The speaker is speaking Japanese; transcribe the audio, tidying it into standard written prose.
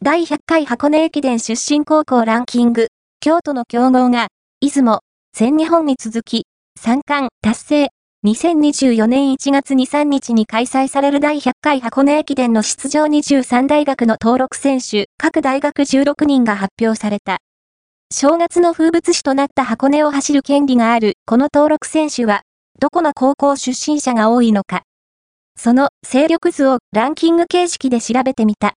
第100回箱根駅伝出身高校ランキング。京都の強豪が、出雲、全日本に続き、3冠達成。2024年1月2、3日に開催される第100回箱根駅伝の出場23大学の登録選手、各大学16人が発表された。正月の風物詩となった箱根を走る権利があるこの登録選手は、どこの高校出身者が多いのか。その勢力図をランキング形式で調べてみた。